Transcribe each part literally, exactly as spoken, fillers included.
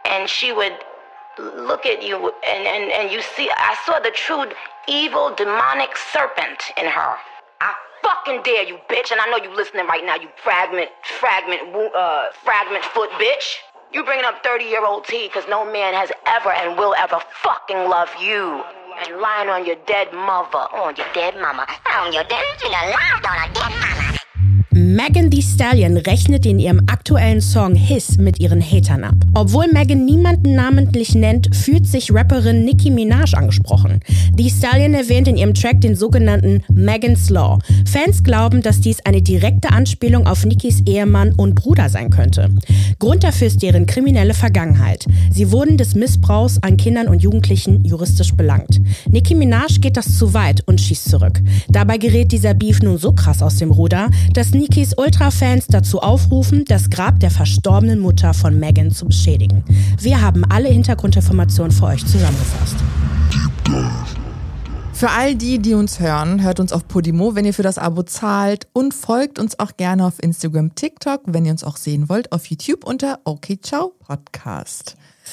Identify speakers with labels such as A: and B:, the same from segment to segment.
A: and she would look at you, and, and, and you see, I saw the true evil, demonic serpent in her. I fucking dare you, bitch, and I know you listening right now, you fragment, fragment, uh, fragment foot bitch. You bringing up thirty-year-old T, because no man has ever and will ever fucking love you. And lying on your dead mother. On your dead mama. On your dead, you lied on a dead mama.
B: Megan Thee Stallion rechnet in ihrem aktuellen Song His mit ihren Hatern ab. Obwohl Megan niemanden namentlich nennt, fühlt sich Rapperin Nicki Minaj angesprochen. Thee Stallion erwähnt in ihrem Track den sogenannten Megan's Law. Fans glauben, dass dies eine direkte Anspielung auf Nickis Ehemann und Bruder sein könnte. Grund dafür ist deren kriminelle Vergangenheit. Sie wurden des Missbrauchs an Kindern und Jugendlichen juristisch belangt. Nicki Minaj geht das zu weit und schießt zurück. Dabei gerät dieser Beef nun so krass aus dem Ruder, dass Nickis Ultra-Fans dazu aufrufen, das Grab der verstorbenen Mutter von Megan zu beschädigen. Wir haben alle Hintergrundinformationen für euch zusammengefasst.
C: Für all die, die uns hören, hört uns auf Podimo, wenn ihr für das Abo zahlt, und folgt uns auch gerne auf Instagram, TikTok, wenn ihr uns auch sehen wollt, auf YouTube unter Okay Ciao Podcast.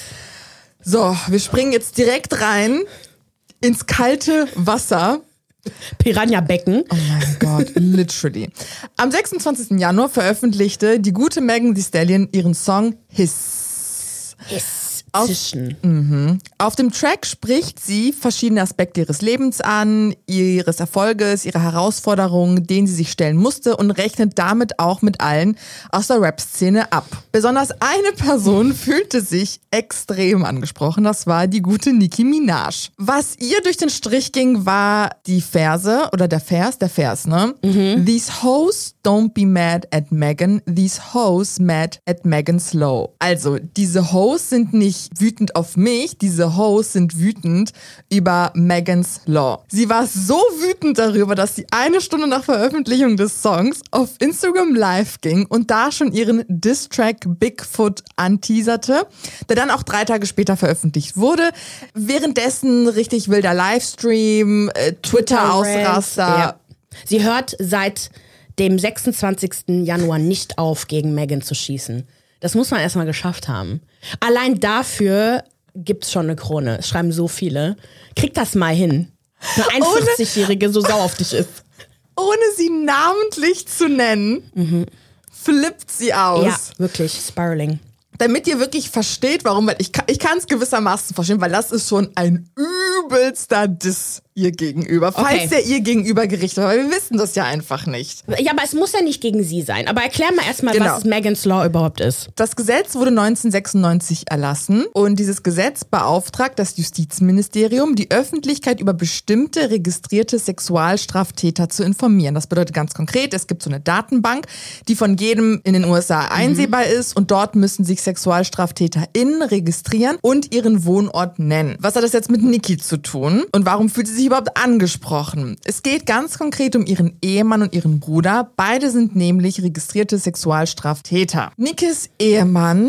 C: So, wir springen jetzt direkt rein ins kalte Wasser.
B: Piranha-Becken.
C: Oh mein Gott, literally. Am sechsundzwanzigsten Januar veröffentlichte die gute Megan Thee Stallion ihren Song His.
B: His.
C: Auf, mhm. Auf dem Track spricht sie verschiedene Aspekte ihres Lebens an, ihres Erfolges, ihrer Herausforderungen, denen sie sich stellen musste, und rechnet damit auch mit allen aus der Rap-Szene ab. Besonders eine Person fühlte sich extrem angesprochen, das war die gute Nicki Minaj. Was ihr durch den Strich ging, war die Verse, oder der Vers, der Vers, ne? Mhm. These hoes don't be mad at Megan, these hoes mad at Megan's Law. Also, diese Hoes sind nicht wütend auf mich, diese Hoes sind wütend über Megan's Law. Sie war so wütend darüber, dass sie eine Stunde nach Veröffentlichung des Songs auf Instagram live ging und da schon ihren Diss-Track Bigfoot anteaserte, der dann auch drei Tage später veröffentlicht wurde. Währenddessen richtig wilder Livestream, äh, Twitter-Ausraster.
B: Ja. Sie hört seit dem sechsundzwanzigsten Januar nicht auf, gegen Megan zu schießen. Das muss man erstmal geschafft haben. Allein dafür gibt's schon eine Krone. Es schreiben so viele. Krieg das mal hin. Eine einundvierzig-Jährige so sauer auf dich ist.
C: Ohne sie namentlich zu nennen, mhm. flippt sie aus.
B: Ja, wirklich. Spiraling.
C: Damit ihr wirklich versteht, warum, weil ich kann ich kann es gewissermaßen verstehen, weil das ist schon ein übelster Diss ihr gegenüber, falls okay. der ihr gegenüber gerichtet war, weil wir wissen das ja einfach nicht.
B: Ja, aber es muss ja nicht gegen sie sein. Aber erklär mal erstmal,
C: genau.
B: was Megan's Law überhaupt ist.
C: Das Gesetz wurde neunzehnhundertsechsundneunzig erlassen und dieses Gesetz beauftragt das Justizministerium, die Öffentlichkeit über bestimmte registrierte Sexualstraftäter zu informieren. Das bedeutet ganz konkret, es gibt so eine Datenbank, die von jedem in den U S A einsehbar mhm. ist, und dort müssen sich SexualstraftäterInnen registrieren und ihren Wohnort nennen. Was hat das jetzt mit Nicki zu tun und warum fühlt sie sich überhaupt angesprochen? Es geht ganz konkret um ihren Ehemann und ihren Bruder. Beide sind nämlich registrierte Sexualstraftäter. Nickis Ehemann,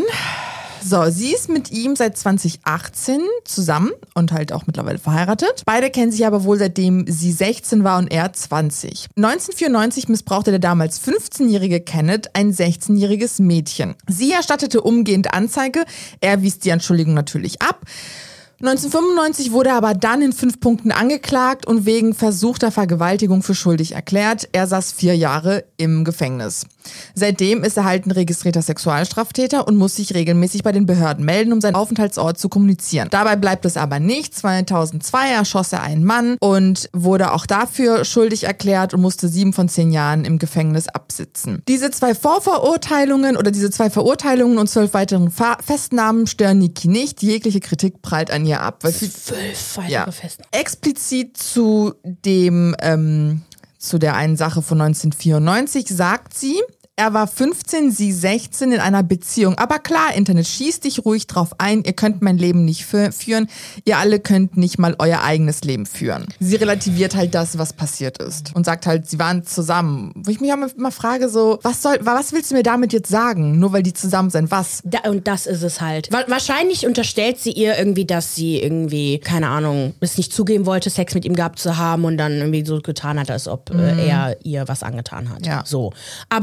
C: so, sie ist mit ihm seit zweitausendachtzehn zusammen und halt auch mittlerweile verheiratet. Beide kennen sich aber wohl seitdem sie sechzehn war und er zwanzig. neunzehnhundertvierundneunzig missbrauchte der damals fünfzehnjährige Kenneth ein sechzehnjähriges Mädchen. Sie erstattete umgehend Anzeige, er wies die Anschuldigung natürlich ab. neunzehnhundertfünfundneunzig wurde er aber dann in fünf Punkten angeklagt und wegen versuchter Vergewaltigung für schuldig erklärt. Er saß vier Jahre im Gefängnis. Seitdem ist er halt ein registrierter Sexualstraftäter und muss sich regelmäßig bei den Behörden melden, um seinen Aufenthaltsort zu kommunizieren. Dabei bleibt es aber nicht. zweitausendzwei erschoss er einen Mann und wurde auch dafür schuldig erklärt und musste sieben von zehn Jahren im Gefängnis absitzen. Diese zwei Vorverurteilungen oder diese zwei Verurteilungen und zwölf weiteren Fa- Festnahmen stören Nicki nicht. Jegliche Kritik prallt an ihr ab. Weil sie,
B: Zwölf weitere
C: ja,
B: Festnahmen.
C: Explizit zu dem, ähm, zu der einen Sache von neunzehnhundertvierundneunzig sagt sie, er war fünfzehn, sie sechzehn in einer Beziehung. Aber klar, Internet, schießt dich ruhig drauf ein. Ihr könnt mein Leben nicht für, führen. Ihr alle könnt nicht mal euer eigenes Leben führen. Sie relativiert halt das, was passiert ist. Und sagt halt, sie waren zusammen. Wo ich mich auch immer frage, so, was soll, was willst du mir damit jetzt sagen? Nur weil die zusammen sind, was?
B: Da, und das ist es halt. Wahrscheinlich unterstellt sie ihr irgendwie, dass sie irgendwie, keine Ahnung, es nicht zugeben wollte, Sex mit ihm gehabt zu haben und dann irgendwie so getan hat, als ob mhm. äh, er ihr was angetan hat.
C: Ja.
B: So. Aber er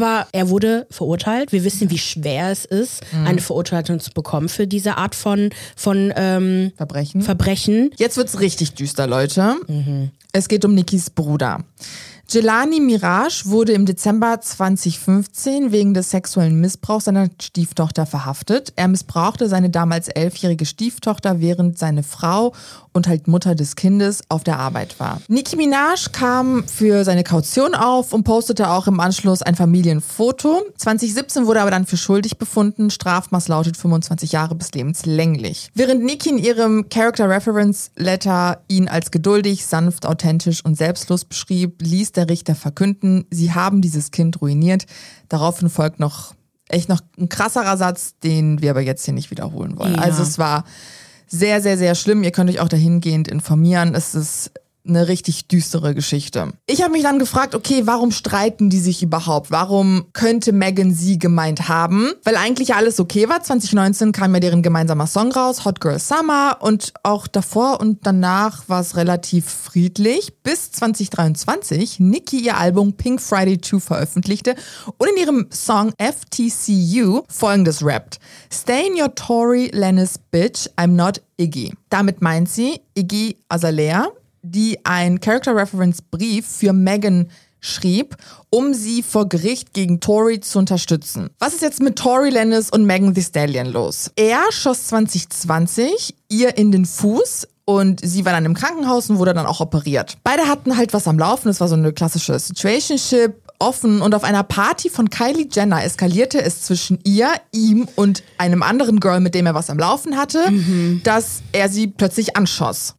B: er wurde verurteilt. Wir wissen, wie schwer es ist, mhm. eine Verurteilung zu bekommen für diese Art von, von ähm,
C: Verbrechen.
B: Verbrechen.
C: Jetzt wird's richtig düster, Leute. Mhm. Es geht um Nickys Bruder. Jelani Mirage wurde im Dezember zwanzig fünfzehn wegen des sexuellen Missbrauchs seiner Stieftochter verhaftet. Er missbrauchte seine damals elfjährige Stieftochter, während seine Frau und halt Mutter des Kindes auf der Arbeit war. Nicki Minaj kam für seine Kaution auf und postete auch im Anschluss ein Familienfoto. zwanzig siebzehn wurde aber dann für schuldig befunden. Strafmaß lautet fünfundzwanzig Jahre bis lebenslänglich. Während Nicki in ihrem Character Reference Letter ihn als geduldig, sanft, authentisch und selbstlos beschrieb, ließ der Richter verkünden, sie haben dieses Kind ruiniert. Daraufhin folgt noch echt noch ein krasserer Satz, den wir aber jetzt hier nicht wiederholen wollen.
B: Ja.
C: Also es war sehr, sehr, sehr schlimm. Ihr könnt euch auch dahingehend informieren. Es ist eine richtig düstere Geschichte. Ich habe mich dann gefragt, okay, warum streiten die sich überhaupt? Warum könnte Megan sie gemeint haben? Weil eigentlich alles okay war. zwanzig neunzehn kam ja deren gemeinsamer Song raus, Hot Girl Summer. Und auch davor und danach war es relativ friedlich, bis zwanzig dreiundzwanzig Nicki ihr Album Pink Friday zwei veröffentlichte und in ihrem Song F T C U folgendes rappt. Stay in your Tory Lanez bitch, I'm not Iggy. Damit meint sie Iggy Azalea, die ein Character-Reference-Brief für Megan schrieb, um sie vor Gericht gegen Tory zu unterstützen. Was ist jetzt mit Tory Lanez und Megan Thee Stallion los? Er schoss zwanzig zwanzig ihr in den Fuß und sie war dann im Krankenhaus und wurde dann auch operiert. Beide hatten halt was am Laufen, es war so eine klassische Situationship, offen, und auf einer Party von Kylie Jenner eskalierte es zwischen ihr, ihm und einem anderen Girl, mit dem er was am Laufen hatte, mhm. dass er sie plötzlich anschoss.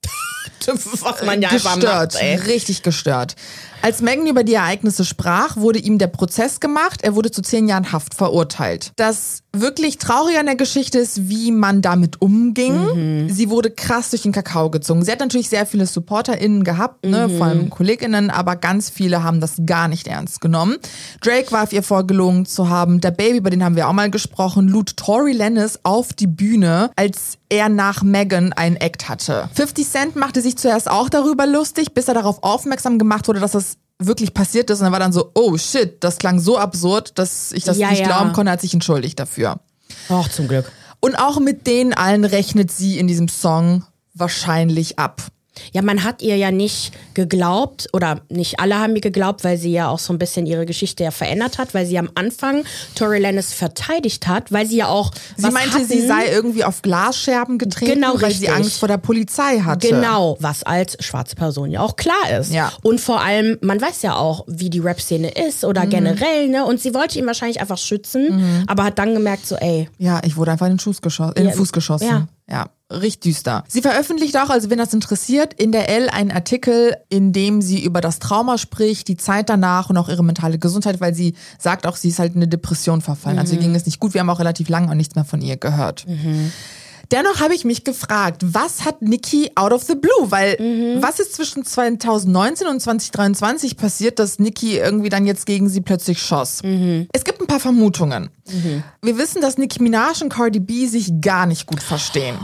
B: Was man ja
C: gestört,
B: macht, ey.
C: Richtig gestört. Als Megan über die Ereignisse sprach, wurde ihm der Prozess gemacht. Er wurde zu zehn Jahren Haft verurteilt. Das wirklich Traurige an der Geschichte ist, wie man damit umging. Mhm. Sie wurde krass durch den Kakao gezogen. Sie hat natürlich sehr viele SupporterInnen gehabt, ne, mhm. vor allem KollegInnen, aber ganz viele haben das gar nicht ernst genommen. Drake warf ihr vor, gelogen zu haben. Der Baby, über den haben wir auch mal gesprochen, lud Tory Lanez auf die Bühne, als er nach Megan einen Act hatte. fifty Cent machte sich zuerst auch darüber lustig, bis er darauf aufmerksam gemacht wurde, dass das wirklich passiert ist. Und er war dann so, oh shit, das klang so absurd, dass ich das
B: ja,
C: nicht
B: ja.
C: glauben konnte, er hat sich entschuldigt dafür.
B: Ach, zum Glück.
C: Und auch mit denen allen rechnet sie in diesem Song wahrscheinlich ab.
B: Ja, man hat ihr ja nicht geglaubt, oder nicht alle haben ihr geglaubt, weil sie ja auch so ein bisschen ihre Geschichte ja verändert hat, weil sie am Anfang Tory Lanez verteidigt hat, weil sie ja auch
C: Sie
B: was
C: meinte,
B: hatten.
C: sie sei irgendwie auf Glasscherben getreten,
B: Genau,
C: weil
B: richtig.
C: sie Angst vor der Polizei hatte.
B: Genau, was als schwarze Person ja auch klar ist.
C: Ja.
B: Und vor allem, man weiß ja auch, wie die Rap-Szene ist oder mhm. generell, ne? Und sie wollte ihn wahrscheinlich einfach schützen, mhm. aber hat dann gemerkt so, ey.
C: Ja, ich wurde einfach in den, Schuss geschossen, in den
B: Ja,
C: Fuß geschossen.
B: ja.
C: Ja, richtig düster. Sie veröffentlicht auch, also wenn das interessiert, in der Elle einen Artikel, in dem sie über das Trauma spricht, die Zeit danach und auch ihre mentale Gesundheit, weil sie sagt auch, sie ist halt in eine Depression verfallen. Mhm. Also ihr ging es nicht gut. Wir haben auch relativ lange auch nichts mehr von ihr gehört. Mhm. Dennoch habe ich mich gefragt, was hat Nicki out of the blue? Weil mhm. was ist zwischen zwanzig neunzehn und zwanzig dreiundzwanzig passiert, dass Nicki irgendwie dann jetzt gegen sie plötzlich schoss? Mhm. Es gibt ein paar Vermutungen. Mhm. Wir wissen, dass Nicki Minaj und Cardi B sich gar nicht gut verstehen.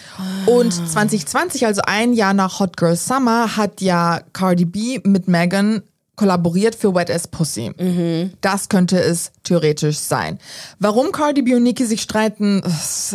C: Und zwanzig zwanzig, also ein Jahr nach Hot Girl Summer, hat ja Cardi B mit Megan kollaboriert für Wet Ass Pussy. Mhm. Das könnte es theoretisch sein. Warum Cardi B und Nicki sich streiten,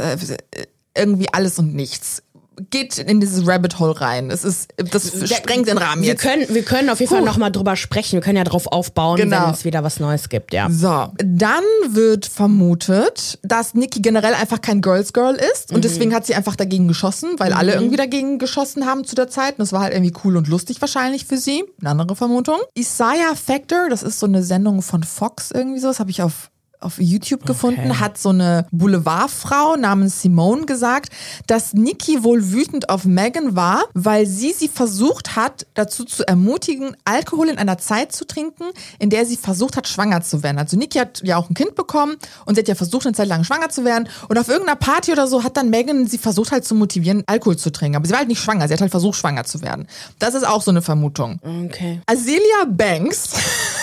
C: irgendwie alles und nichts. Geht in dieses Rabbit Hole rein. Es ist, das sprengt den Rahmen
B: wir
C: jetzt.
B: Können, wir können auf jeden Fall nochmal drüber sprechen. Wir können ja drauf aufbauen,
C: genau.
B: wenn es wieder was Neues gibt, ja.
C: So, dann wird vermutet, dass Nicki generell einfach kein Girls Girl ist und mhm. deswegen hat sie einfach dagegen geschossen, weil mhm. alle irgendwie dagegen geschossen haben zu der Zeit und das war halt irgendwie cool und lustig wahrscheinlich für sie. Eine andere Vermutung. Isaiah Factor, das ist so eine Sendung von Fox irgendwie so, das habe ich auf auf YouTube gefunden, okay. hat so eine Boulevardfrau namens Simone gesagt, dass Nicki wohl wütend auf Megan war, weil sie sie versucht hat, dazu zu ermutigen, Alkohol in einer Zeit zu trinken, in der sie versucht hat, schwanger zu werden. Also Nicki hat ja auch ein Kind bekommen und sie hat ja versucht, eine Zeit lang schwanger zu werden und auf irgendeiner Party oder so hat dann Megan sie versucht halt zu motivieren, Alkohol zu trinken. Aber sie war halt nicht schwanger, sie hat halt versucht, schwanger zu werden. Das ist auch so eine Vermutung.
B: Okay.
C: Azealia Banks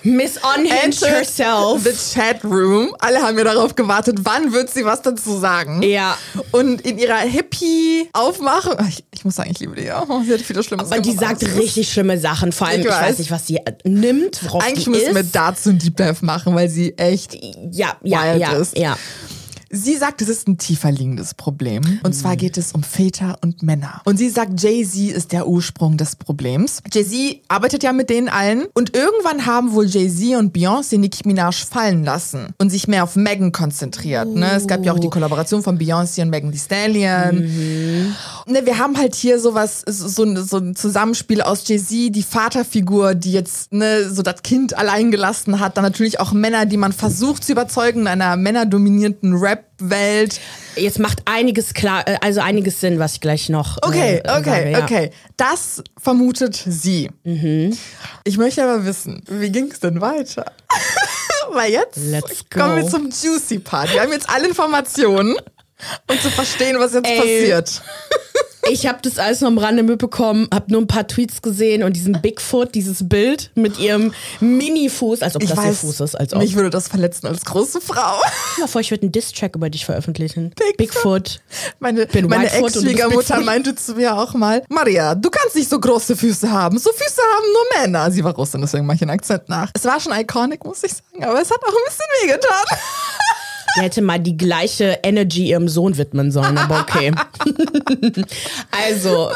B: Miss Unhinged herself.
C: The chat room. Alle haben ja darauf gewartet, wann wird sie was dazu sagen.
B: Ja.
C: Und in ihrer Hippie-Aufmachung, ich, ich muss sagen, ich liebe die ja. Sie hat viele schlimme Sachen.
B: Aber die sagt richtig schlimme Sachen. Vor allem, ich, ich weiß. weiß nicht, was sie nimmt, worauf
C: Eigentlich
B: die
C: müssen
B: ist.
C: wir dazu ein Deep Dive machen, weil sie echt
B: ja, ja,
C: wild
B: ja,
C: ist.
B: Ja.
C: Sie sagt, es ist ein tiefer liegendes Problem. Und zwar geht es um Väter und Männer. Und sie sagt, Jay-Z ist der Ursprung des Problems. Jay-Z arbeitet ja mit denen allen. Und irgendwann haben wohl Jay-Z und Beyoncé Nicki Minaj fallen lassen und sich mehr auf Megan konzentriert. Ne? Es gab ja auch die Kollaboration von Beyoncé und Megan Thee Stallion. Mhm. Ne, wir haben halt hier sowas, so, so ein Zusammenspiel aus Jay-Z, die Vaterfigur, die jetzt ne, so das Kind allein gelassen hat. Dann natürlich auch Männer, die man versucht zu überzeugen in einer männerdominierten Rap-Welt.
B: Jetzt macht einiges klar, also einiges Sinn, was ich gleich noch
C: Okay,
B: äh,
C: okay,
B: sage, ja.
C: okay. Das vermutet sie. Mhm. Ich möchte aber wissen, wie ging es denn weiter? Weil jetzt
B: Let's go.
C: kommen wir zum Juicy Part. Wir haben jetzt alle Informationen, um zu verstehen, was jetzt
B: Ey.
C: passiert.
B: Ich habe das alles noch am Rande mitbekommen, habe nur ein paar Tweets gesehen und diesen Bigfoot, dieses Bild mit ihrem Mini-Fuß, als ob
C: Ich
B: das
C: weiß,
B: ihr Fuß ist. Als ob.
C: mich würde das verletzen als große Frau.
B: Stell dir vor, ich würde einen Diss-Track über dich veröffentlichen.
C: Bigfoot.
B: Bigfoot.
C: Meine,
B: Bin
C: meine
B: Whitefoot und du bist
C: Ex-Schwiegermutter
B: Bigfoot.
C: meinte zu mir auch mal, Maria, du kannst nicht so große Füße haben. So Füße haben nur Männer. Sie war Russin, deswegen mache ich einen Akzent nach. Es war schon iconic, muss ich sagen, aber es hat auch ein bisschen wehgetan.
B: Die hätte mal die gleiche Energy ihrem Sohn widmen sollen, aber okay. Also,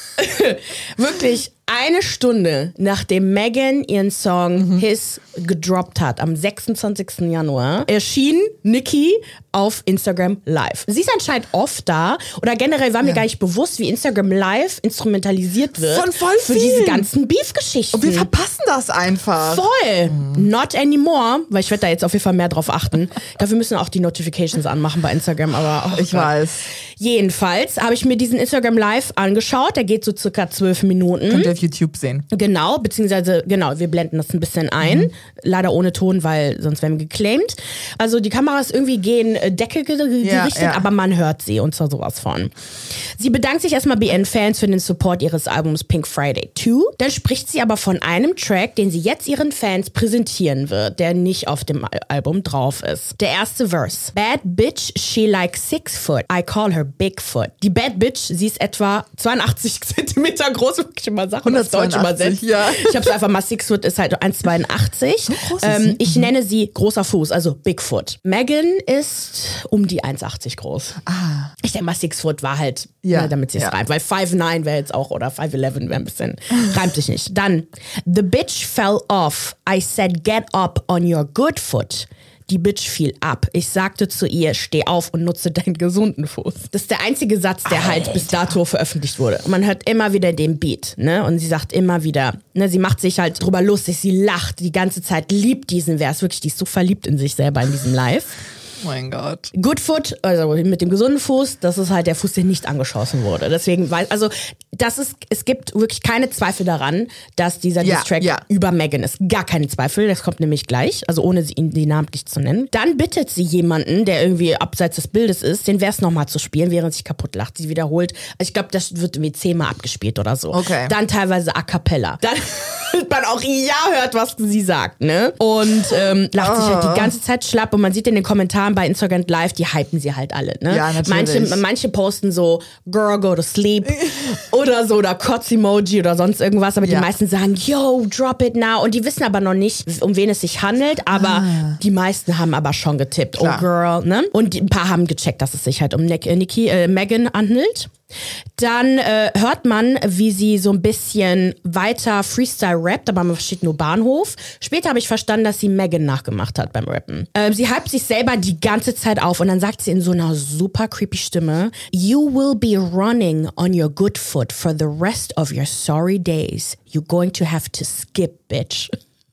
B: wirklich eine Stunde nachdem Megan ihren Song mhm. His gedroppt hat, am sechsundzwanzigsten Januar, erschien Nicki auf Instagram Live. Sie ist anscheinend oft da oder generell war mir
C: ja.
B: gar nicht bewusst, wie Instagram Live instrumentalisiert wird
C: Von voll
B: für
C: vielen.
B: diese ganzen Beef-Geschichten.
C: Und wir verpassen das einfach.
B: Voll. Mhm. Not anymore, weil ich werde da jetzt auf jeden Fall mehr drauf achten. Dafür müssen auch die Notifications anmachen bei Instagram, aber oh
C: Ich
B: Gott.
C: weiß.
B: Jedenfalls habe ich mir diesen Instagram Live angeschaut. Der geht so circa zwölf Minuten.
C: Könnt ihr auf YouTube sehen.
B: Genau, beziehungsweise, genau, wir blenden das ein bisschen ein. Mhm. Leider ohne Ton, weil sonst werden wir geclaimed. Also die Kameras irgendwie gehen äh, Decke gerichtet,
C: Ja, ja.
B: aber man hört sie und zwar sowas von. Sie bedankt sich erstmal B N-Fans für den Support ihres Albums Pink Friday zwei. Dann spricht sie aber von einem Track, den sie jetzt ihren Fans präsentieren wird, der nicht auf dem Al- Album drauf ist. Der erste Verse. Bad bitch, she like six foot. I call her Bigfoot. Die Bad Bitch, sie ist etwa zweiundachtzig Zentimeter groß. Wirklich immer Sachen auf Deutsch übersetzt.
C: Ja.
B: Ich habe es einfach mal, six foot ist halt eins Komma zweiundachtzig.
C: So groß ist
B: ähm,
C: sie?
B: ich nenne sie großer Fuß, also Bigfoot. Megan ist um die eins Komma achtzig groß.
C: Ah.
B: Ich denke mal, six foot war halt,
C: Ja.
B: ne, damit sie es
C: Ja.
B: reimt. Weil five nine wäre jetzt auch, oder five eleven wäre ein bisschen, reimt sich nicht. Dann, the bitch fell off. I said, get up on your good foot. Die Bitch fiel ab. Ich sagte zu ihr, steh auf und nutze deinen gesunden Fuß. Das ist der einzige Satz, der halt
C: Alter.
B: bis dato veröffentlicht wurde. Und man hört immer wieder den Beat, ne? Und sie sagt immer wieder, ne, sie macht sich halt drüber lustig, sie lacht die ganze Zeit, liebt diesen Vers. Wirklich, die ist so verliebt in sich selber in diesem Live.
C: Oh mein Gott.
B: Good Foot, also mit dem gesunden Fuß, das ist halt der Fuß, der nicht angeschossen wurde. Deswegen, weil, also, das ist, es gibt wirklich keine Zweifel daran, dass dieser
C: Ja,
B: Diss-Track
C: ja.
B: über Megan ist. Gar keine Zweifel, das kommt nämlich gleich, also ohne sie ihn die namentlich zu nennen. Dann bittet sie jemanden, der irgendwie abseits des Bildes ist, den Vers nochmal zu spielen, während sie kaputt lacht. Sie wiederholt, also ich glaube, das wird irgendwie zehnmal abgespielt oder so.
C: Okay.
B: Dann teilweise a cappella. Dann man auch ja hört, was sie sagt, ne? Und ähm, lacht sich halt die ganze Zeit schlapp und man sieht in den Kommentaren bei Instagram Live, die hypen sie halt alle, ne?
C: Ja, natürlich.
B: Manche, manche posten so, Girl, go to sleep oder so, oder Kotz-Emoji oder sonst irgendwas, aber
C: Ja.
B: die meisten sagen, yo, drop it now. Und die wissen aber noch nicht, um wen es sich handelt, aber
C: Ah.
B: die meisten haben aber schon getippt,
C: Klar.
B: oh Girl, ne? Und die, ein paar haben gecheckt, dass es sich halt um Nick, äh, Nicki, äh, Megan handelt. Dann äh, hört man, wie sie so ein bisschen weiter Freestyle rappt, aber man versteht nur Bahnhof. Später habe ich verstanden, dass sie Megan nachgemacht hat beim Rappen. Äh, sie hypt sich selber die ganze Zeit auf und dann sagt sie in so einer super creepy Stimme, You will be running on your good foot for the rest of your sorry days. You're going to have to skip, bitch.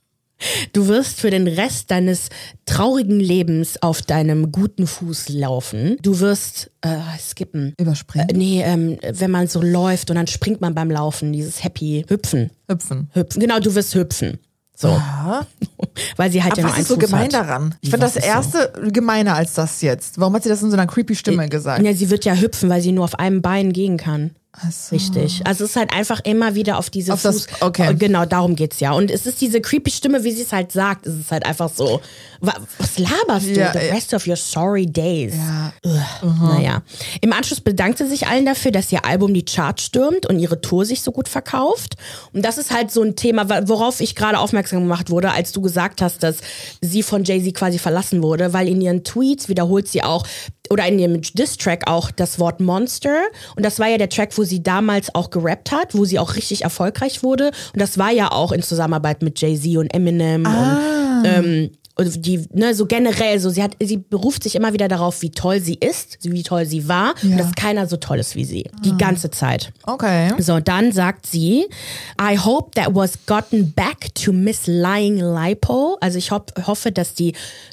B: Du wirst für den Rest deines traurigen Lebens auf deinem guten Fuß laufen. Du wirst äh, skippen.
C: Überspringen.
B: Äh, nee, ähm, wenn man so läuft und dann springt man beim Laufen, dieses Happy Hüpfen.
C: Hüpfen.
B: Hüpfen. Genau, du wirst hüpfen. So.
C: Ja.
B: Weil sie halt
C: Aber
B: ja nur
C: was
B: einen
C: ist so
B: Fuß
C: gemein
B: hat.
C: daran? Ich fand
B: Was
C: das
B: ist so?
C: erste gemeiner als das jetzt. Warum hat sie das in so einer creepy Stimme gesagt?
B: Ja, sie wird ja hüpfen, weil sie nur auf einem Bein gehen kann.
C: So.
B: Richtig. Also es ist halt einfach immer wieder auf diese
C: auf
B: Fuß...
C: das, okay.
B: Genau, darum geht's ja. Und es ist diese creepy Stimme, wie sie es halt sagt. Es ist halt einfach so, wa- was laberst du?
C: Ja,
B: The
C: ey.
B: rest of your sorry days.
C: Ja.
B: Ugh. Naja. Im Anschluss bedankte sich allen dafür, dass ihr Album die Charts stürmt und ihre Tour sich so gut verkauft. Und das ist halt so ein Thema, worauf ich gerade aufmerksam gemacht wurde, als du gesagt hast, dass sie von Jay-Z quasi verlassen wurde, weil in ihren Tweets wiederholt sie auch, oder in ihrem Diss-Track auch das Wort Monster. Und das war ja der Track, wo sie damals auch gerappt hat, wo sie auch richtig erfolgreich wurde. Und das war ja auch in Zusammenarbeit mit Jay-Z und Eminem
C: Ah.
B: und ähm, und die, ne, so generell, so sie hat, sie beruft sich immer wieder darauf, wie toll sie ist, wie toll sie war,
C: Ja.
B: und dass keiner so toll ist wie sie. Die ganze Zeit.
C: Okay.
B: So, dann sagt sie, I hope that was gotten back to Miss Lying Lipo. Also ich ho- hoffe, dass die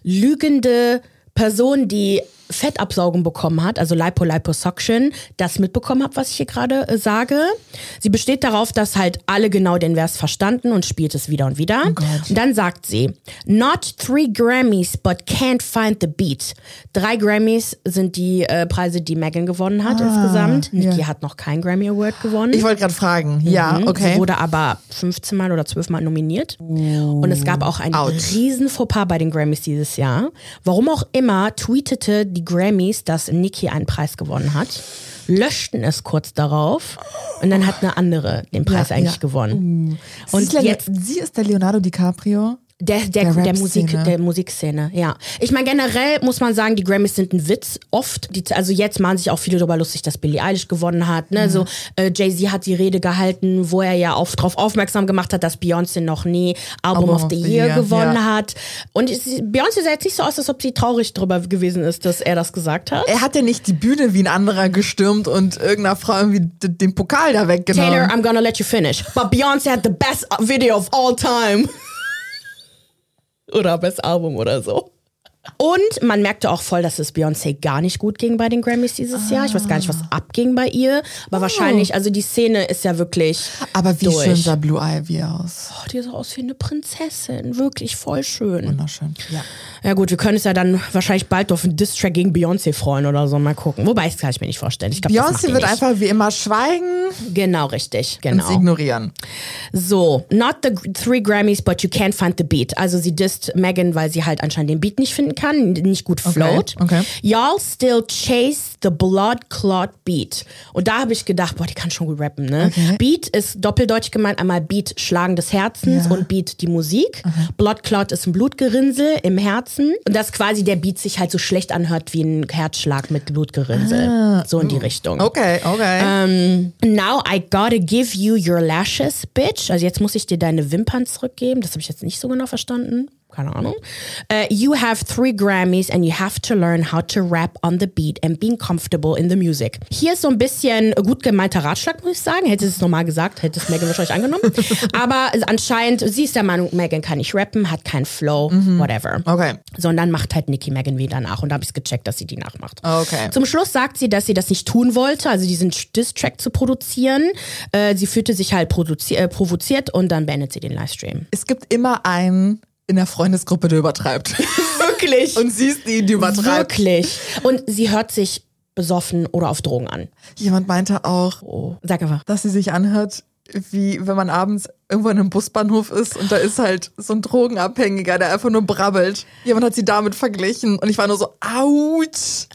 B: lügende Person, die Fettabsaugung bekommen hat, also Lipo-Liposuction, das mitbekommen hat, was ich hier gerade äh, sage. Sie besteht darauf, dass halt alle genau den Vers verstanden und spielt es wieder und wieder.
C: Oh Gott.
B: Und dann sagt sie, not three Grammys, but can't find the beat. Drei Grammys sind die äh, Preise, die Megan gewonnen hat insgesamt. Nicki
C: ja.
B: hat noch keinen Grammy Award gewonnen.
C: Ich wollte gerade fragen. Ja,
B: Mhm.
C: okay.
B: Sie wurde aber fünfzehn Mal oder zwölf Mal nominiert. Und es gab auch ein
C: Ouch.
B: riesen Fauxpas bei den Grammys dieses Jahr. Warum auch immer tweetete die Grammys, dass Nicki einen Preis gewonnen hat, löschten es kurz darauf und dann hat eine andere den Preis
C: Ja,
B: eigentlich
C: ja.
B: gewonnen.
C: Sie
B: Und
C: ist Le-
B: jetzt
C: sie ist der Leonardo DiCaprio.
B: Der, der,
C: Der
B: der, Musik,
C: Rap-Szene.
B: der Musikszene, ja. Ich meine, generell muss man sagen, die Grammys sind ein Witz, oft. Die, also jetzt machen sich auch viele darüber lustig, dass Billie Eilish gewonnen hat. Ne?
C: Mhm.
B: So, äh, Jay-Z hat die Rede gehalten, wo er ja auch darauf aufmerksam gemacht hat, dass Beyoncé noch nie Album, of the Year, gewonnen
C: ja.
B: hat. Und es, Beyoncé sah jetzt nicht so aus, als ob sie traurig drüber gewesen ist, dass er das gesagt hat.
C: Er hat ja nicht die Bühne wie ein anderer gestürmt und irgendeiner Frau irgendwie d- den Pokal da weggenommen.
B: Taylor, I'm gonna let you finish. But Beyoncé had the best video of all time. Oder Best Album oder so. Und man merkte auch voll, dass es Beyoncé gar nicht gut ging bei den Grammys dieses Jahr. Ich weiß gar nicht, was abging bei ihr. Aber
C: Oh.
B: wahrscheinlich, also die Szene ist ja wirklich
C: Aber wie
B: durch.
C: schön sah Blue Ivy aus.
B: Oh, die sah aus wie eine Prinzessin. Wirklich voll schön.
C: Wunderschön. Ja.
B: Ja gut, wir können uns ja dann wahrscheinlich bald auf einen Diss-Track gegen Beyoncé freuen oder so. Mal gucken. Wobei, das kann ich mir nicht vorstellen. Ich glaub, das macht
C: Beyoncé
B: die
C: wird
B: nicht.
C: einfach wie immer schweigen
B: Genau, richtig.
C: und
B: Genau.
C: es ignorieren.
B: So, not the g- three Grammys, but you can't find the beat. Also sie disst Megan, weil sie halt anscheinend den Beat nicht finden kann, nicht gut float.
C: okay.
B: Y'all still chase the blood clot beat. Und da habe ich gedacht, boah, die kann schon gut rappen, ne?
C: Okay.
B: Beat ist doppeldeutig gemeint, einmal Beat, Schlagen des Herzens
C: Ja.
B: und Beat, die Musik. Blood clot ist ein Blutgerinnsel im Herzen. Und dass quasi der Beat sich halt so schlecht anhört wie ein Herzschlag mit Blutgerinnsel. So in die Richtung.
C: Okay, okay.
B: Ähm, now I gotta give you your lashes, bitch. Also jetzt muss ich dir deine Wimpern zurückgeben. Das habe ich jetzt nicht so genau verstanden. Keine Ahnung. Uh, you have three Grammys and you have to learn how to rap on the beat and being comfortable in the music. Hier ist so ein bisschen gut gemeinter Ratschlag, muss ich sagen. Hätte es normal gesagt, hätte es Megan wahrscheinlich angenommen. Aber anscheinend, sie ist der Meinung, Megan kann nicht rappen, hat keinen Flow, whatever.
C: Okay.
B: So, und dann macht halt Nicki Megan wieder nach. Und da habe ich es gecheckt, dass sie die nachmacht.
C: Okay.
B: Zum Schluss sagt sie, dass sie das nicht tun wollte, also diesen Diss-Track zu produzieren. Äh, sie fühlte sich halt produzi- äh, provoziert und dann beendet sie den Livestream.
C: Es gibt immer einen in der Freundesgruppe, der übertreibt.
B: Wirklich?
C: Und sie ist die, die übertreibt.
B: Wirklich. Und sie hört sich besoffen oder auf Drogen an.
C: Jemand meinte auch,
B: Oh. Sag einfach.
C: dass sie sich anhört, wie wenn man abends irgendwo in einem Busbahnhof ist und da ist halt so ein Drogenabhängiger, der einfach nur brabbelt. Jemand hat sie damit verglichen und ich war nur so, ouch.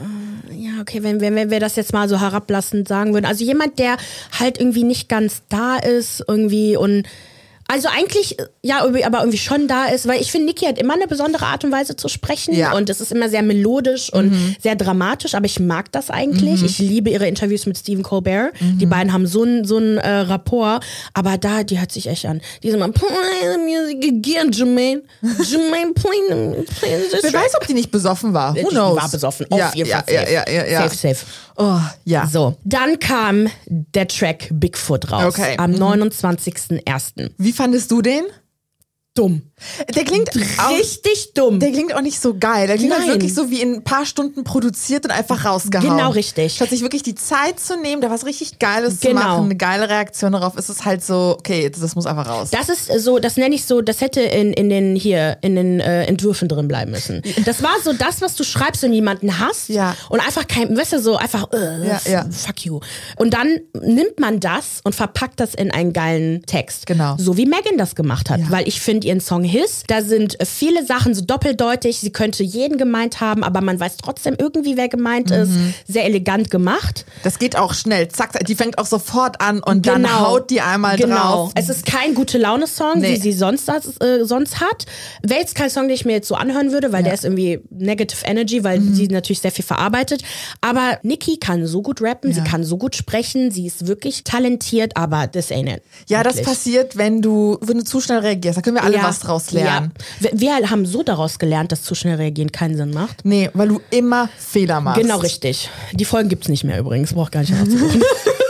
B: Ja, okay, wenn, wenn, wenn wir das jetzt mal so herablassend sagen würden. Also jemand, der halt irgendwie nicht ganz da ist irgendwie und also eigentlich, ja, aber irgendwie schon da ist, weil ich finde, Nicki hat immer eine besondere Art und Weise zu sprechen
C: Ja.
B: und es ist immer sehr melodisch und sehr dramatisch, aber ich mag das eigentlich. Ich liebe ihre Interviews mit Stephen Colbert. Die beiden haben so ein so ein äh, Rapport, aber da, die hört sich echt an. Die sind mal, play the music again, Jermaine. Jermaine, play the, play the
C: Wer weiß, ob die nicht besoffen war. Who
B: Die
C: knows?
B: war besoffen. Auf
C: Ja,
B: jeden
C: ja,
B: Fall
C: ja,
B: safe.
C: ja, ja, ja.
B: Safe, safe.
C: Oh, ja.
B: So, dann kam der Track Bigfoot raus.
C: Okay.
B: Am neunundzwanzigsten ersten
C: Wie fandest du den?
B: dumm.
C: Der klingt
B: richtig
C: auch,
B: dumm.
C: Der klingt auch nicht so geil. Der klingt
B: Nein.
C: halt wirklich so wie in ein paar Stunden produziert und einfach rausgehauen.
B: Genau, richtig.
C: Statt sich wirklich die Zeit zu nehmen, da was richtig Geiles
B: Genau.
C: zu machen, eine geile Reaktion darauf, ist es halt so, okay, jetzt, das muss einfach raus.
B: Das ist so, das nenne ich so, das hätte in, in den hier, in den äh, Entwürfen drin bleiben müssen. Das war so das, was du schreibst, wenn jemanden hast
C: Ja.
B: und einfach kein, weißt du, so einfach, äh,
C: Ja, ja.
B: fuck you. Und dann nimmt man das und verpackt das in einen geilen Text.
C: Genau.
B: So wie Megan das gemacht hat.
C: Ja.
B: Weil ich finde ihren Song His, da sind viele Sachen so doppeldeutig, sie könnte jeden gemeint haben, aber man weiß trotzdem irgendwie, wer gemeint ist. Sehr elegant gemacht.
C: Das geht auch schnell. Zack, zack, die fängt auch sofort an und
B: Genau.
C: dann haut die einmal
B: Genau.
C: drauf.
B: Es ist kein Gute-Laune-Song,
C: Nee.
B: wie sie sonst, äh, sonst hat. Wäre jetzt kein Song, den ich mir jetzt so anhören würde, weil
C: Ja.
B: der ist irgendwie Negative Energy, weil mhm. sie natürlich sehr viel verarbeitet. Aber Nicki kann so gut rappen,
C: Ja.
B: sie kann so gut sprechen, sie ist wirklich talentiert, aber das ain't it.
C: Ja,
B: Wirklich.
C: das passiert, wenn du, wenn du zu schnell reagierst. Da können wir alle
B: Ja.
C: was draus lernen.
B: Ja. Wir, wir haben so daraus gelernt, dass zu schnell reagieren keinen Sinn macht.
C: Nee, weil du immer Fehler machst.
B: Genau, richtig. Die Folgen gibt's nicht mehr übrigens, braucht gar nicht nachzugucken.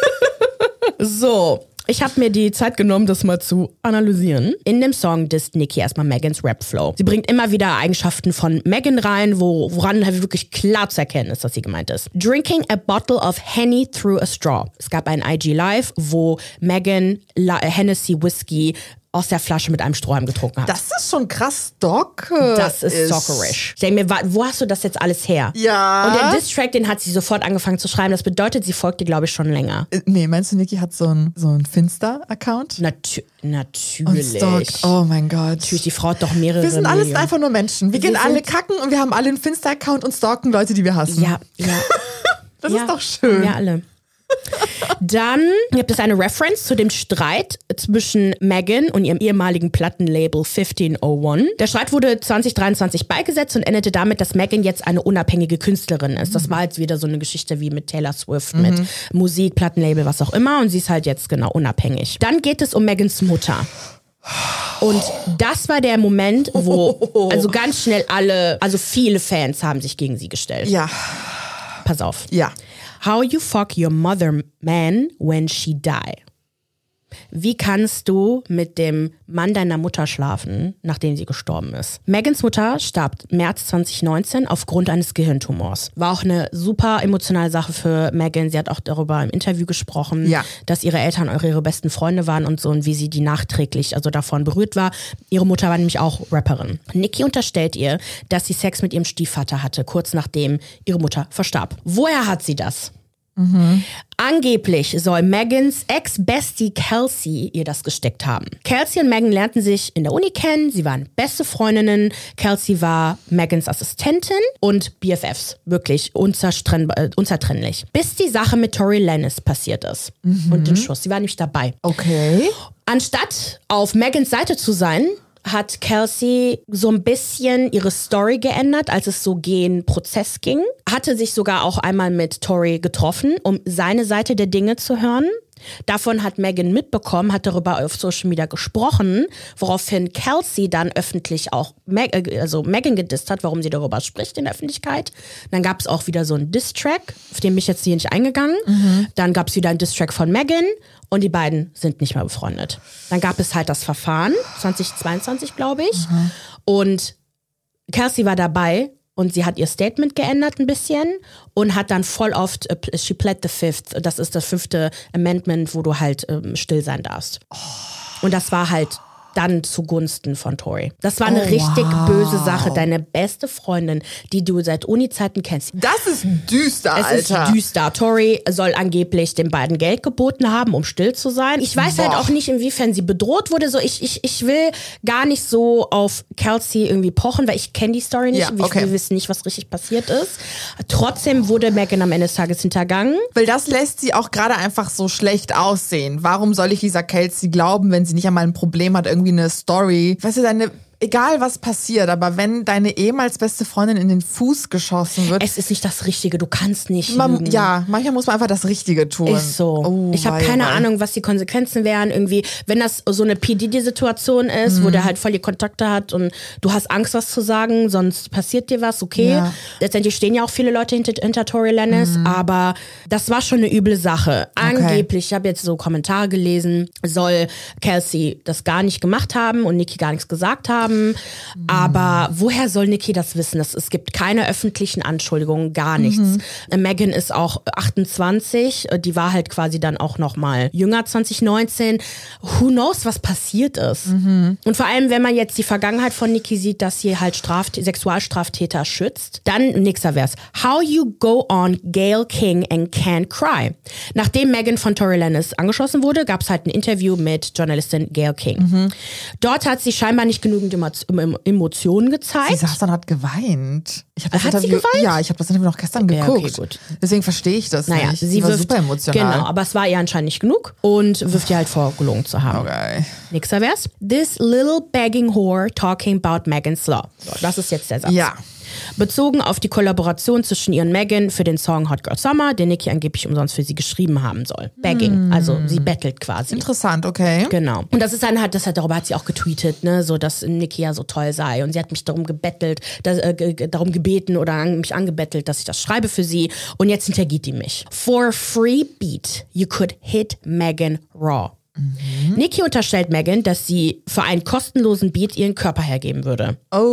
B: So, ich habe mir die Zeit genommen, das mal zu analysieren. In dem Song disst Nicki erstmal Megans Rap-Flow. Sie bringt immer wieder Eigenschaften von Megan rein, wo, woran halt wirklich klar zu erkennen ist, dass sie gemeint ist. Drinking a bottle of Henny through a straw. Es gab ein I G Live, wo Megan La- Hennessy Whisky aus der Flasche mit einem Strohhalm getrunken hat.
C: Das ist schon krass Doc.
B: Das ist stalkerisch. Ich denke mir, wa- wo hast du das jetzt alles her?
C: Ja.
B: Und der Diss-Track, den hat sie sofort angefangen zu schreiben. Das bedeutet, sie folgt dir, glaube ich, schon länger.
C: Äh, Nee, meinst du, Nicki hat so einen so einen Finster-Account?
B: Natü-
C: Und
B: natürlich.
C: stalkt. Oh mein Gott.
B: Natürlich, die Frau hat doch mehrere
C: Wir sind alles
B: Millionen.
C: einfach nur Menschen. Wir gehen
B: Wir
C: alle
B: sind-
C: kacken und wir haben alle einen Finster-Account und stalken Leute, die wir hassen.
B: Ja, ja.
C: Das
B: ja.
C: ist doch schön.
B: Ja, alle. Dann gibt es eine Reference zu dem Streit zwischen Megan und ihrem ehemaligen Plattenlabel fifteen oh one. Der Streit wurde zwanzig dreiundzwanzig beigesetzt und endete damit, dass Megan jetzt eine unabhängige Künstlerin ist. Das war jetzt wieder so eine Geschichte wie mit Taylor Swift, mit Musik, Plattenlabel, was auch immer. Und sie ist halt jetzt genau unabhängig. Dann geht es um Megans Mutter. Und das war der Moment, wo also ganz schnell alle, also viele Fans haben sich gegen sie gestellt.
C: Ja.
B: Pass auf.
C: Ja.
B: How you fuck your mother, man, when she die. Wie kannst du mit dem Mann deiner Mutter schlafen, nachdem sie gestorben ist? Megans Mutter starb März zwanzig neunzehn aufgrund eines Gehirntumors. War auch eine super emotionale Sache für Megan. Sie hat auch darüber im Interview gesprochen,
C: Ja.
B: dass ihre Eltern auch ihre besten Freunde waren und so und wie sie die nachträglich, also davon berührt war. Ihre Mutter war nämlich auch Rapperin. Nicki unterstellt ihr, dass sie Sex mit ihrem Stiefvater hatte, kurz nachdem ihre Mutter verstarb. Woher hat sie das? Mhm. Angeblich soll Megans Ex-Bestie Kelsey ihr das gesteckt haben. Kelsey und Megan lernten sich in der Uni kennen, sie waren beste Freundinnen. Kelsey war Megans Assistentin und B F Fs, wirklich unzertrenn- äh, unzertrennlich. Bis die Sache mit Tory Lanez passiert ist mhm. und den Schuss. Sie war nämlich dabei.
C: Okay.
B: Anstatt auf Megans Seite zu sein, hat Kelsey so ein bisschen ihre Story geändert, als es so gen Prozess ging. Hatte sich sogar auch einmal mit Tory getroffen, um seine Seite der Dinge zu hören. Davon hat Megan mitbekommen, hat darüber auf Social Media gesprochen, woraufhin Kelsey dann öffentlich auch Meg- also Megan gedisst hat, warum sie darüber spricht in der Öffentlichkeit. Dann gab es auch wieder so einen Diss-Track, auf den bin ich jetzt hier nicht eingegangen. Mhm. Dann gab es wieder einen Diss-Track von Megan und die beiden sind nicht mehr befreundet. Dann gab es halt das Verfahren, zwanzig zweiundzwanzig glaube ich. Mhm. Und Kelsey war dabei. Und sie hat ihr Statement geändert ein bisschen und hat dann voll oft, uh, she pled the fifth, das ist das fünfte Amendment, wo du halt ähm, still sein darfst. Oh. Und das war halt dann zugunsten von Tory. Das war eine
C: Oh,
B: richtig
C: wow.
B: böse Sache. Deine beste Freundin, die du seit Uni-Zeiten kennst.
C: Das ist düster,
B: Es
C: Alter.
B: ist düster. Tory soll angeblich den beiden Geld geboten haben, um still zu sein. Ich weiß
C: Boah.
B: halt auch nicht, inwiefern sie bedroht wurde. So, ich, ich, ich will gar nicht so auf Kelsey irgendwie pochen, weil ich kenne die Story nicht.
C: Ja, okay.
B: Wir wissen nicht, was richtig passiert ist. Trotzdem wurde Megan am Ende des Tages hintergangen.
C: Weil das lässt sie auch gerade einfach so schlecht aussehen. Warum soll ich dieser Kelsey glauben, wenn sie nicht einmal ein Problem hat, irgendwie eine Story? Weißt du, deine egal was passiert, aber wenn deine ehemals beste Freundin in den Fuß geschossen wird.
B: Es ist nicht das Richtige, du kannst nicht
C: man,
B: lügen.
C: Ja, manchmal muss man einfach das Richtige tun.
B: Ist so.
C: Oh,
B: ich habe keine Ahnung, was die Konsequenzen wären. Irgendwie, wenn das so eine P. Diddy-Situation ist, mhm. wo der halt voll die Kontakte hat und du hast Angst, was zu sagen, sonst passiert dir was, okay. Ja. Letztendlich stehen ja auch viele Leute hinter, hinter Tory Lanez, mhm. aber das war schon eine üble Sache. Angeblich, okay. ich habe jetzt so Kommentare gelesen, soll Kelsey das gar nicht gemacht haben und Nicki gar nichts gesagt haben. Mhm. Aber woher soll Nicki das wissen? Das, es gibt keine öffentlichen Anschuldigungen, gar nichts. Mhm. Meghan ist auch achtundzwanzig, die war halt quasi dann auch noch mal jünger, zwanzig neunzehn. Who knows, was passiert ist? Mhm. Und vor allem, wenn man jetzt die Vergangenheit von Nicki sieht, dass sie halt Straft- Sexualstraftäter schützt, dann nächster Vers. How you go on Gayle King and can't cry. Nachdem Meghan von Tory Lanez angeschossen wurde, gab es halt ein Interview mit Journalistin Gayle King. Mhm. Dort hat sie scheinbar nicht genügend Emotionen gezeigt.
C: Sie saß dann, hat geweint. Ich hab das
B: hat
C: Interview,
B: sie geweint?
C: Ja, ich habe das Interview noch gestern geguckt. Ja, okay, gut. Deswegen verstehe ich das
B: naja,
C: nicht.
B: Sie,
C: sie war
B: wirft,
C: super emotional.
B: Genau, aber es war ihr anscheinend nicht genug und wirft ihr halt vor, gelogen zu haben.
C: Okay.
B: Nächster Vers. This little begging whore talking about Megan's Law. So, das ist jetzt der Satz.
C: Ja.
B: Bezogen auf die Kollaboration zwischen ihr und Meghan für den Song Hot Girl Summer, den Nicki angeblich umsonst für sie geschrieben haben soll. Begging, mm. also sie bettelt quasi.
C: Interessant, okay.
B: Genau. Und das ist dann halt, das hat, darüber hat sie auch getweetet, ne, so dass Nicki ja so toll sei und sie hat mich darum gebettelt, dass, äh, darum gebeten oder an, mich angebettelt, dass ich das schreibe für sie und jetzt hintergeht die mich. For a free beat, you could hit Meghan raw. Mhm. Nicki unterstellt Meghan, dass sie für einen kostenlosen Beat ihren Körper hergeben würde.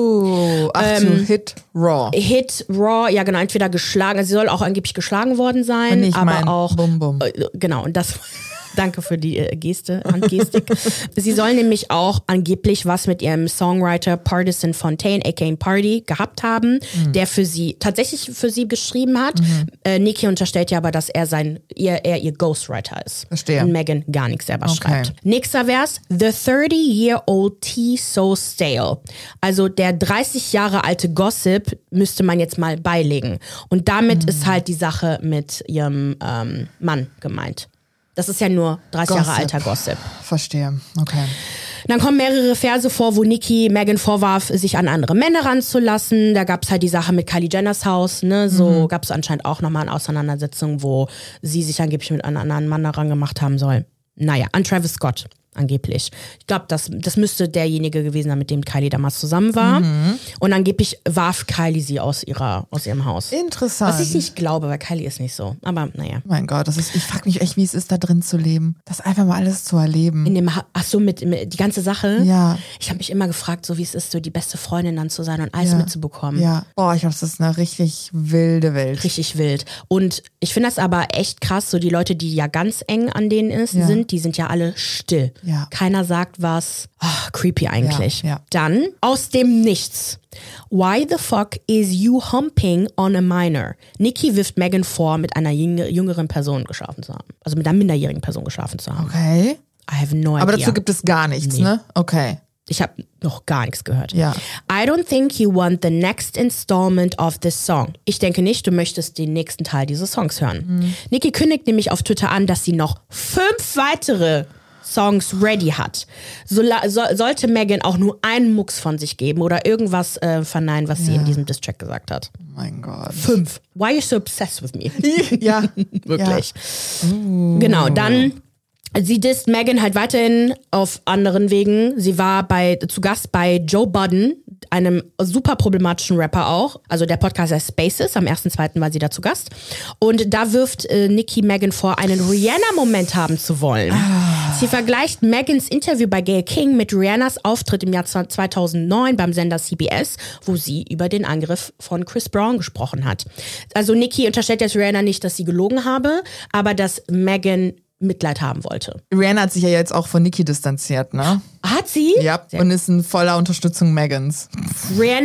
C: Oh, ach ähm, so, Hit Raw.
B: Hit Raw, ja genau, entweder geschlagen, also sie soll auch angeblich geschlagen worden sein,
C: ich
B: aber
C: mein,
B: auch,
C: bum, bum.
B: Äh, genau, und das... Danke für die äh, Geste, Handgestik. Sie soll nämlich auch angeblich was mit ihrem Songwriter Pardison Fontaine, aka Party, gehabt haben, mhm. der für sie, tatsächlich für sie geschrieben hat. Mhm. Äh, Nicki unterstellt ja aber, dass er sein, ihr, er ihr Ghostwriter ist.
C: Verstehe.
B: Und Meghan gar nichts selber
C: okay.
B: schreibt. Nächster Vers. The thirty-year-old tea so stale. Also der dreißig Jahre alte Gossip müsste man jetzt mal beilegen. Und damit mhm. ist halt die Sache mit ihrem ähm, Mann gemeint. Das ist ja nur dreißig Gossip. Jahre alter Gossip.
C: Verstehe, okay.
B: Dann kommen mehrere Verse vor, wo Nicki Meghan vorwarf, sich an andere Männer ranzulassen. Da gab es halt die Sache mit Kylie Jenners Haus. Ne? So mhm. gab es anscheinend auch nochmal eine Auseinandersetzung, wo sie sich angeblich mit einem anderen Mann herangemacht haben soll. Naja, an Travis Scott. Angeblich. Ich glaube, das, das müsste derjenige gewesen sein, mit dem Kylie damals zusammen war. Mhm. Und angeblich warf Kylie sie aus, ihrer, aus ihrem Haus.
C: Interessant.
B: Was ich nicht glaube, weil Kylie ist nicht so. Aber naja.
C: Mein Gott, das ist, ich frage mich echt, wie es ist, da drin zu leben. Das einfach mal alles zu erleben.
B: In dem ha- Ach so, mit, mit die ganze Sache?
C: Ja.
B: Ich habe mich immer gefragt, so wie es ist, so die beste Freundin dann zu sein und alles
C: ja.
B: mitzubekommen.
C: Ja. Boah, ich glaube, das ist eine richtig wilde Welt.
B: Richtig wild. Und ich finde das aber echt krass, so die Leute, die ja ganz eng an denen ist, ja. sind, die sind ja alle still.
C: Ja.
B: Keiner sagt was. Oh, creepy eigentlich.
C: Ja, ja.
B: Dann aus dem Nichts. Why the fuck is you humping on a minor? Nicki wirft Meghan vor, mit einer jüngeren Person geschlafen zu haben. Also mit einer minderjährigen Person geschlafen zu haben.
C: Okay.
B: I have no idea.
C: Aber dazu gibt es gar nichts, nee. ne? Okay.
B: Ich habe noch gar nichts gehört.
C: Ja.
B: I don't think you want the next installment of this song. Ich denke nicht, du möchtest den nächsten Teil dieses Songs hören. Mhm. Nicki kündigt nämlich auf Twitter an, dass sie noch fünf weitere Songs ready hat. So, so, sollte Meghan auch nur einen Mucks von sich geben oder irgendwas äh, verneinen, was ja. sie in diesem Diss-Track gesagt hat.
C: Oh mein Gott.
B: Fünf. Why are you so obsessed with me?
C: Ja.
B: Wirklich.
C: Ja. Uh.
B: Genau, dann... Sie disst Meghan halt weiterhin auf anderen Wegen. Sie war bei, zu Gast bei Joe Budden, einem super problematischen Rapper auch. Also der Podcast heißt Spaces. Am ersten zweiten war sie da zu Gast. Und da wirft äh, Nicki Meghan vor, einen Rihanna-Moment haben zu wollen. Ah. Sie vergleicht Megans Interview bei Gayle King mit Rihannas Auftritt im Jahr zweitausendneun beim Sender C B S, wo sie über den Angriff von Chris Brown gesprochen hat. Also Nicki unterstellt jetzt Rihanna nicht, dass sie gelogen habe, aber dass Meghan Mitleid haben wollte.
C: Rihanna hat sich ja jetzt auch von Nicki distanziert, ne?
B: Hat sie?
C: Ja, Sehr und ist in voller Unterstützung Megans.
B: Rihanna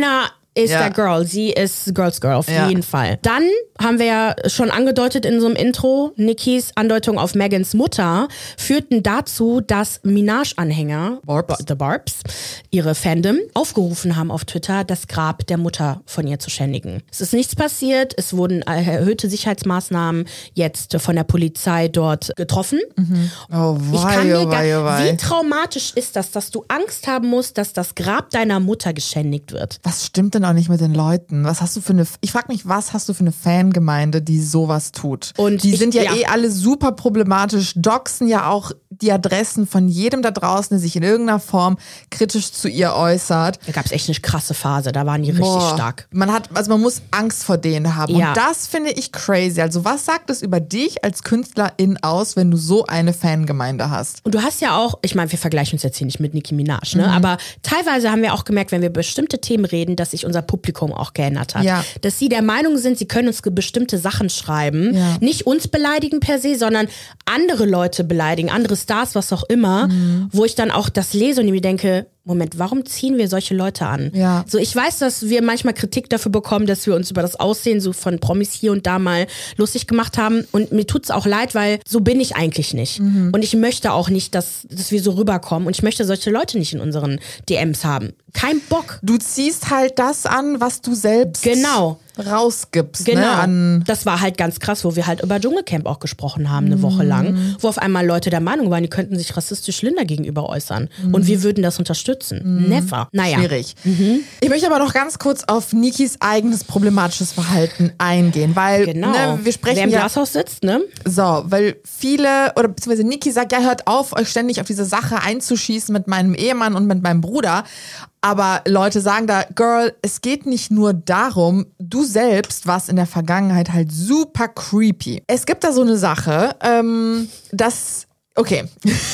B: ist
C: ja.
B: der Girl. Sie ist Girls Girl, auf
C: ja.
B: jeden Fall. Dann haben wir ja schon angedeutet in so einem Intro, Nickys Andeutung auf Megans Mutter führten dazu, dass Minaj-Anhänger,
C: Barbs.
B: The Barbs, ihre Fandom, aufgerufen haben auf Twitter, das Grab der Mutter von ihr zu schändigen. Es ist nichts passiert, es wurden erhöhte Sicherheitsmaßnahmen jetzt von der Polizei dort getroffen.
C: Mhm. Oh, wei,
B: ich kann mir
C: oh, wei, oh,
B: gar,
C: wei.
B: wie traumatisch ist das, dass du Angst haben musst, dass das Grab deiner Mutter geschändigt wird?
C: Was stimmt denn auch nicht mit den Leuten? Was hast du für eine, ich frage mich, was hast du für eine Fangemeinde, die sowas tut?
B: Und
C: die
B: ich,
C: sind ja,
B: ja
C: eh alle super problematisch, doxen ja auch die Adressen von jedem da draußen, der sich in irgendeiner Form kritisch zu ihr äußert.
B: Da gab es echt eine krasse Phase, da waren die richtig
C: Boah,
B: stark.
C: Man hat, also man muss Angst vor denen haben.
B: Ja.
C: Und das finde ich crazy. Also was sagt es über dich als Künstlerin aus, wenn du so eine Fangemeinde hast?
B: Und du hast ja auch, ich meine, wir vergleichen uns jetzt hier nicht mit Nicki Minaj, ne?
C: Mhm.
B: Aber teilweise haben wir auch gemerkt, wenn wir bestimmte Themen reden, dass sich unser Publikum auch geändert hat.
C: Ja.
B: Dass sie der Meinung sind, sie können uns bestimmte Sachen schreiben,
C: Ja.
B: nicht uns beleidigen per se, sondern andere Leute beleidigen, andere Stars, was auch immer, mhm. wo ich dann auch das lese und mir denke, Moment, warum ziehen wir solche Leute an?
C: Ja.
B: So, ich weiß, dass wir manchmal Kritik dafür bekommen, dass wir uns über das Aussehen so von Promis hier und da mal lustig gemacht haben. Und mir tut's auch leid, weil so bin ich eigentlich nicht. Mhm. Und ich möchte auch nicht, dass, dass wir so rüberkommen. Und ich möchte solche Leute nicht in unseren D Ms haben. Kein Bock.
C: Du ziehst halt das an, was du selbst
B: Genau.
C: rausgibst.
B: Genau.
C: Ne? An
B: das war halt ganz krass, wo wir halt über Dschungelcamp auch gesprochen haben, eine Woche lang. Wo auf einmal Leute der Meinung waren, die könnten sich rassistisch Linda gegenüber äußern. Mhm. Und wir würden das unterstützen. Mhm. Never. Naja.
C: Schwierig. Mhm. Ich möchte aber noch ganz kurz auf Nikis eigenes problematisches Verhalten eingehen, weil
B: genau.
C: ne, wir sprechen
B: Wer im
C: ja,
B: Glashaus sitzt, ne?
C: So, weil viele, oder beziehungsweise Niki sagt, ja, hört auf, euch ständig auf diese Sache einzuschießen mit meinem Ehemann und mit meinem Bruder. Aber Leute sagen da, Girl, es geht nicht nur darum, du selbst warst in der Vergangenheit halt super creepy. Es gibt da so eine Sache, ähm, dass... Okay.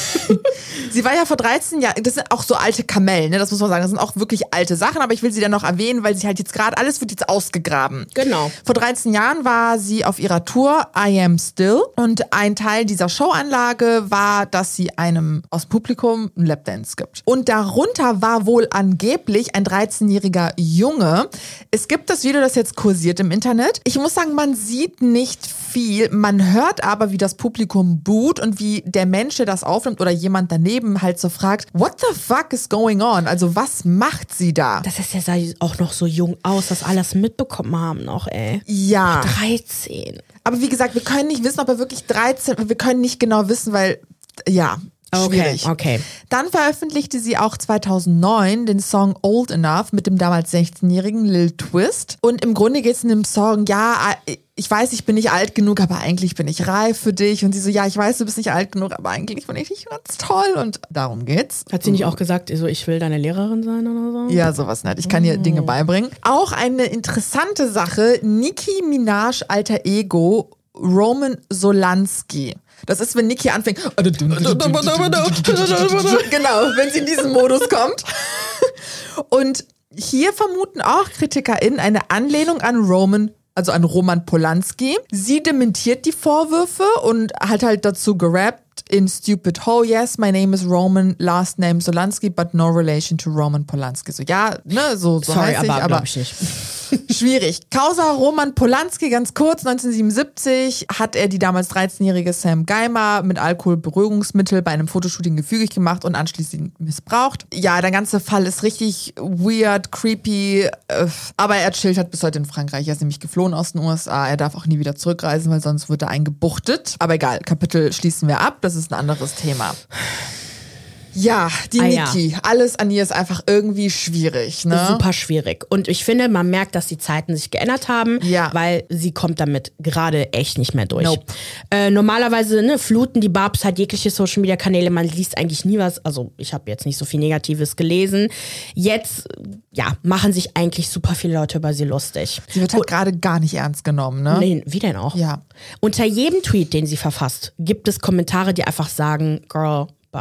C: Sie war ja vor dreizehn Jahren, das sind auch so alte Kamellen, ne? Das muss man sagen, das sind auch wirklich alte Sachen, aber ich will sie dann noch erwähnen, weil sie halt jetzt gerade, alles wird jetzt ausgegraben.
B: Genau.
C: Vor dreizehn Jahren war sie auf ihrer Tour I Am Still und ein Teil dieser Showanlage war, dass sie einem aus dem Publikum einen Lapdance gibt. Und darunter war wohl angeblich ein dreizehnjähriger Junge. Es gibt das Video, das jetzt kursiert im Internet. Ich muss sagen, man sieht nicht viel, man hört aber, wie das Publikum buht und wie der Mensch, der das aufnimmt oder jemand daneben halt so fragt, what the fuck is going on? Also was macht sie da?
B: Das ist ja sah auch noch so jung aus, dass alles mitbekommen haben noch, ey.
C: Ja.
B: dreizehn.
C: Aber wie gesagt, wir können nicht wissen, ob er wirklich dreizehn, wir können nicht genau wissen, weil, ja, schwierig.
B: Okay, okay.
C: Dann veröffentlichte sie auch zweitausendneun den Song Old Enough mit dem damals sechzehnjährigen Lil Twist. Und im Grunde geht es in dem Song, ja, ich weiß, ich bin nicht alt genug, aber eigentlich bin ich reif für dich. Und sie so, ja, ich weiß, du bist nicht alt genug, aber eigentlich bin ich dich ganz toll. Und darum geht's.
B: Hat sie nicht auch gesagt, so, ich will deine Lehrerin sein oder so?
C: Ja, sowas nicht. Ich kann dir Dinge beibringen. Auch eine interessante Sache, Nicki Minaj alter Ego, Roman Solansky. Das ist, wenn Nicki anfängt. Genau, wenn sie in diesen Modus kommt. Und hier vermuten auch KritikerInnen eine Anlehnung an Roman, also an Roman Polanski. Sie dementiert die Vorwürfe und hat halt dazu gerappt in Stupid Ho, yes, my name is Roman, last name Solansky, but no relation to Roman Polanski. So, ja, ne, so, so
B: Sorry,
C: heißt ich,
B: aber,
C: aber
B: ich nicht.
C: schwierig. Causa Roman Polanski, ganz kurz, neunzehnhundertsiebenundsiebzig hat er die damals dreizehnjährige Sam Geimer mit Alkoholberuhigungsmittel bei einem Fotoshooting gefügig gemacht und anschließend missbraucht. Ja, der ganze Fall ist richtig weird, creepy, äh, aber er chillt halt bis heute in Frankreich. Er ist nämlich geflohen aus den U S A. Er darf auch nie wieder zurückreisen, weil sonst wird er eingebuchtet. Aber egal, Kapitel schließen wir ab. Das ist ein anderes Thema. Ja, die
B: Ah,
C: Nicki.
B: ja.
C: Alles an ihr ist einfach irgendwie schwierig. Ne?
B: Super schwierig. Und ich finde, man merkt, dass die Zeiten sich geändert haben,
C: Ja.
B: weil sie kommt damit gerade echt nicht mehr durch.
C: Nope.
B: Äh, normalerweise ne, fluten die Barbs halt jegliche Social-Media-Kanäle. Man liest eigentlich nie was. Also ich habe jetzt nicht so viel Negatives gelesen. Jetzt ja, machen sich eigentlich super viele Leute über sie lustig.
C: Sie wird halt gerade gar nicht ernst genommen, ne?
B: Nee, wie denn auch?
C: Ja.
B: Unter jedem Tweet, den sie verfasst, gibt es Kommentare, die einfach sagen, Girl, bye.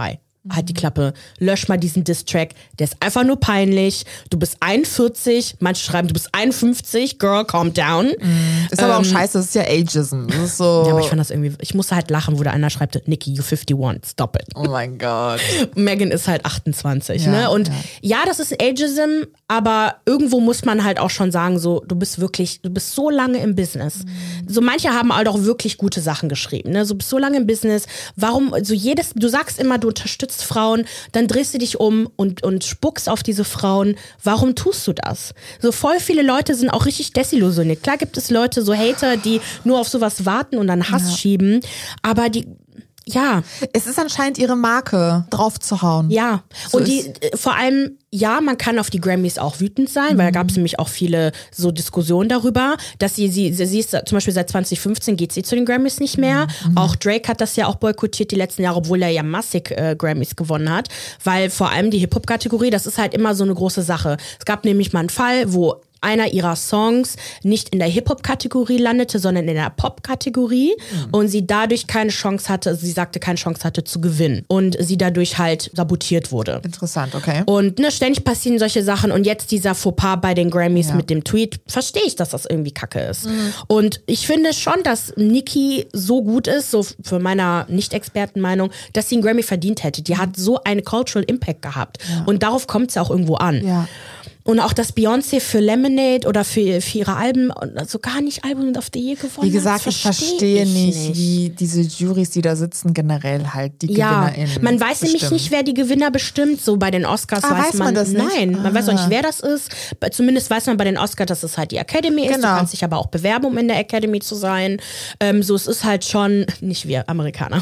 B: halt die Klappe, lösch mal diesen Diss-Track, der ist einfach nur peinlich, du bist einundvierzig, manche schreiben, du bist einundfünfzig, girl, calm down.
C: Mhm. Ist aber ähm, auch scheiße, das ist ja Ageism. Das ist so
B: ja, aber ich fand das irgendwie, ich musste halt lachen, wo da einer schreibt, Nicki, you fifty-one, stop it.
C: Oh mein Gott.
B: Megan ist halt achtundzwanzig,
C: ja,
B: ne? Und
C: ja.
B: ja, das ist Ageism, aber irgendwo muss man halt auch schon sagen, so, du bist wirklich, du bist so lange im Business. Mhm. So manche haben halt auch wirklich gute Sachen geschrieben, ne? So, du bist so lange im Business, warum, so jedes, du sagst immer, du unterstützt Frauen, dann drehst du dich um und, und spuckst auf diese Frauen. Warum tust du das? So voll viele Leute sind auch richtig desillusioniert. Klar gibt es Leute, so Hater, die nur auf sowas warten und dann Hass ja. schieben, aber die ja.
C: Es ist anscheinend ihre Marke, draufzuhauen.
B: Ja.
C: So
B: und die, vor allem, ja, man kann auf die Grammys auch wütend sein, mhm. weil da gab es nämlich auch viele so Diskussionen darüber, dass sie, sie, sie ist zum Beispiel seit zwanzig fünfzehn geht sie zu den Grammys nicht mehr. Mhm. Auch Drake hat das ja auch boykottiert die letzten Jahre, obwohl er ja massig äh, Grammys gewonnen hat, weil vor allem die Hip-Hop-Kategorie, das ist halt immer so eine große Sache. Es gab nämlich mal einen Fall, wo einer ihrer Songs nicht in der Hip-Hop-Kategorie landete, sondern in der Pop-Kategorie mhm. und sie dadurch keine Chance hatte, sie sagte, keine Chance hatte zu gewinnen und sie dadurch halt sabotiert wurde.
C: Interessant, okay.
B: Und ne, ständig passieren solche Sachen und jetzt dieser Fauxpas bei den Grammys
C: ja.
B: mit dem Tweet, verstehe ich, dass das irgendwie kacke ist. Mhm. Und ich finde schon, dass Nicki so gut ist, so für meiner Nicht-Experten-Meinung, dass sie einen Grammy verdient hätte. Die mhm. hat so einen Cultural Impact gehabt ja. und darauf kommt es ja auch irgendwo an.
C: Ja.
B: Und auch, dass Beyoncé für Lemonade oder für, für ihre Alben also gar nicht Album of the Year gewonnen hat.
C: Wie gesagt, hat, ich verstehe ich nicht, nicht, wie diese Juries, die da sitzen, generell halt die
B: ja,
C: GewinnerInnen
B: man weiß
C: bestimmen.
B: Nämlich nicht, wer die Gewinner bestimmt. So bei den Oscars
C: ah,
B: weiß,
C: weiß man, man das nicht.
B: Nein,
C: ah.
B: man weiß auch nicht, wer das ist. Zumindest weiß man bei den Oscars, dass es halt die Academy ist.
C: Genau.
B: Du kannst dich aber auch bewerben, um in der Academy zu sein. Ähm, so, es ist halt schon, nicht wir, Amerikaner.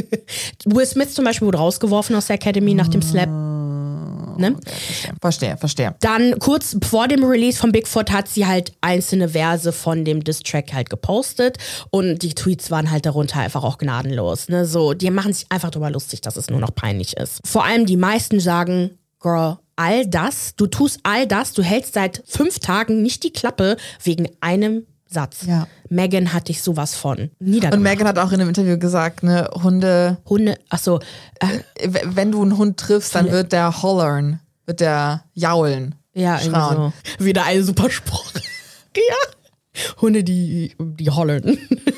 B: Will Smith zum Beispiel wurde rausgeworfen aus der Academy nach dem Slap. Ne?
C: Okay, verstehe, verstehe.
B: Dann kurz vor dem Release von Bigfoot hat sie halt einzelne Verse von dem Diss-Track halt gepostet und die Tweets waren halt darunter einfach auch gnadenlos. Ne? So, die machen sich einfach darüber lustig, dass es nur noch peinlich ist. Vor allem die meisten sagen, Girl, all das, du tust all das, du hältst seit fünf Tagen nicht die Klappe wegen einem Satz.
C: Ja.
B: Megan hat dich sowas von niedergemacht.
C: Und Megan hat auch in einem Interview gesagt, ne, Hunde...
B: Hunde, achso.
C: Äh, wenn du einen Hund triffst, dann wird der hollern, wird der jaulen.
B: Ja, irgendwie so. Wieder ein super Spruch. Ja. Hunde, die, die hollern.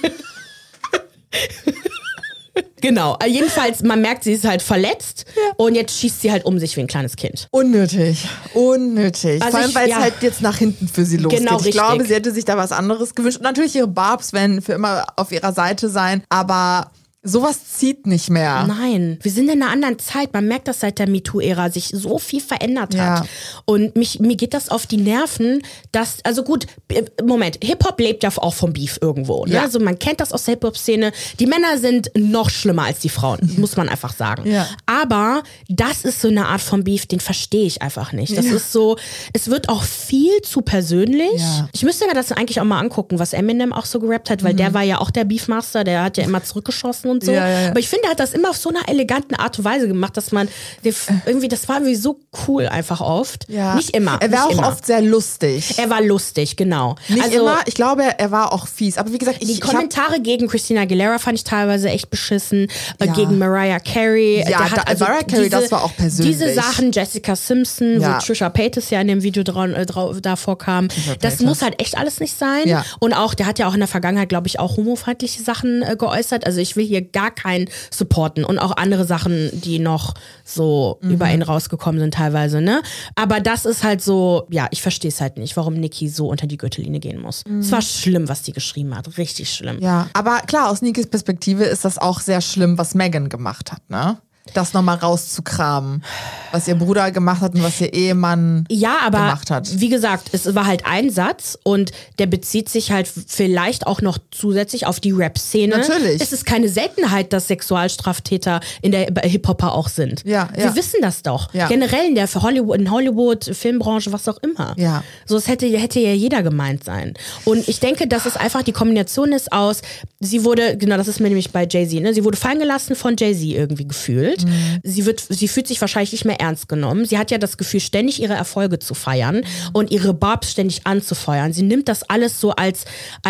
B: Genau, jedenfalls, man merkt, sie ist halt verletzt ja. und jetzt schießt sie halt um sich wie ein kleines Kind.
C: Unnötig, unnötig.
B: Also
C: Vor allem, weil es ja. halt jetzt nach hinten für sie losgeht.
B: Genau,
C: ich
B: richtig.
C: glaube, sie hätte sich da was anderes gewünscht. Und natürlich ihre Barbs werden für immer auf ihrer Seite sein, aber sowas zieht nicht mehr.
B: Nein, wir sind in einer anderen Zeit. Man merkt, dass seit der MeToo-Ära sich so viel verändert
C: ja.
B: hat. Und mich, mir geht das auf die Nerven, dass, also gut, Moment, Hip-Hop lebt ja auch vom Beef irgendwo. Ne?
C: Ja.
B: Also man kennt das aus der Hip-Hop-Szene. Die Männer sind noch schlimmer als die Frauen, ja. muss man einfach sagen.
C: Ja.
B: Aber das ist so eine Art von Beef, den verstehe ich einfach nicht. Das ja. ist so, es wird auch viel zu persönlich.
C: Ja.
B: Ich müsste mir das eigentlich auch mal angucken, was Eminem auch so gerappt hat, weil mhm. der war ja auch der Beefmaster, der hat ja immer zurückgeschossen und so.
C: Ja, ja, ja.
B: Aber ich finde, er hat das immer auf so einer eleganten Art und Weise gemacht, dass man irgendwie, das war irgendwie so cool einfach oft.
C: Ja.
B: Nicht immer.
C: Er war auch
B: immer.
C: oft sehr lustig.
B: Er war lustig, genau.
C: Nicht
B: also,
C: immer, ich glaube, er war auch fies. Aber wie gesagt, ich,
B: die Kommentare
C: ich
B: gegen Christina Aguilera fand ich teilweise echt beschissen.
C: Ja.
B: Gegen Mariah Carey.
C: Ja,
B: Der hat
C: da,
B: also
C: Mariah Carey,
B: diese,
C: das war auch persönlich.
B: Diese Sachen, Jessica Simpson,
C: ja.
B: wo Trisha Paytas ja in dem Video dra- äh, dra- davor kam, das muss halt echt alles nicht sein.
C: Ja.
B: Und auch, der hat ja auch in der Vergangenheit, glaube ich, auch homofeindliche Sachen äh, geäußert. Also ich will hier gar keinen supporten. Und auch andere Sachen, die noch so mhm. über ihn rausgekommen sind teilweise, ne? Aber das ist halt so, ja, ich verstehe es halt nicht, warum Nicki so unter die Gürtellinie gehen muss. Mhm. Es war schlimm, was die geschrieben hat, richtig schlimm.
C: Ja, aber klar, aus Nickis Perspektive ist das auch sehr schlimm, was Megan gemacht hat, ne? Das nochmal rauszukramen, was ihr Bruder gemacht hat und was ihr Ehemann
B: ja, aber,
C: gemacht hat.
B: Wie gesagt, es war halt ein Satz und der bezieht sich halt vielleicht auch noch zusätzlich auf die Rap-Szene.
C: Natürlich.
B: Es ist keine Seltenheit, dass Sexualstraftäter in der Hip-Hopper auch sind.
C: Ja, ja.
B: Wir wissen das doch.
C: Ja.
B: Generell in der Hollywood, in Hollywood, Filmbranche, was auch immer.
C: Ja.
B: So, es hätte, hätte ja jeder gemeint sein. Und ich denke, dass es einfach die Kombination ist aus, sie wurde, genau, das ist mir nämlich bei Jay-Z, ne? Sie wurde fallen gelassen von Jay-Z irgendwie gefühlt. Mhm. Sie wird, sie fühlt sich wahrscheinlich nicht mehr ernst genommen. Sie hat ja das Gefühl, ständig ihre Erfolge zu feiern mhm. und ihre Barbs ständig anzufeuern. Sie nimmt das alles so als, als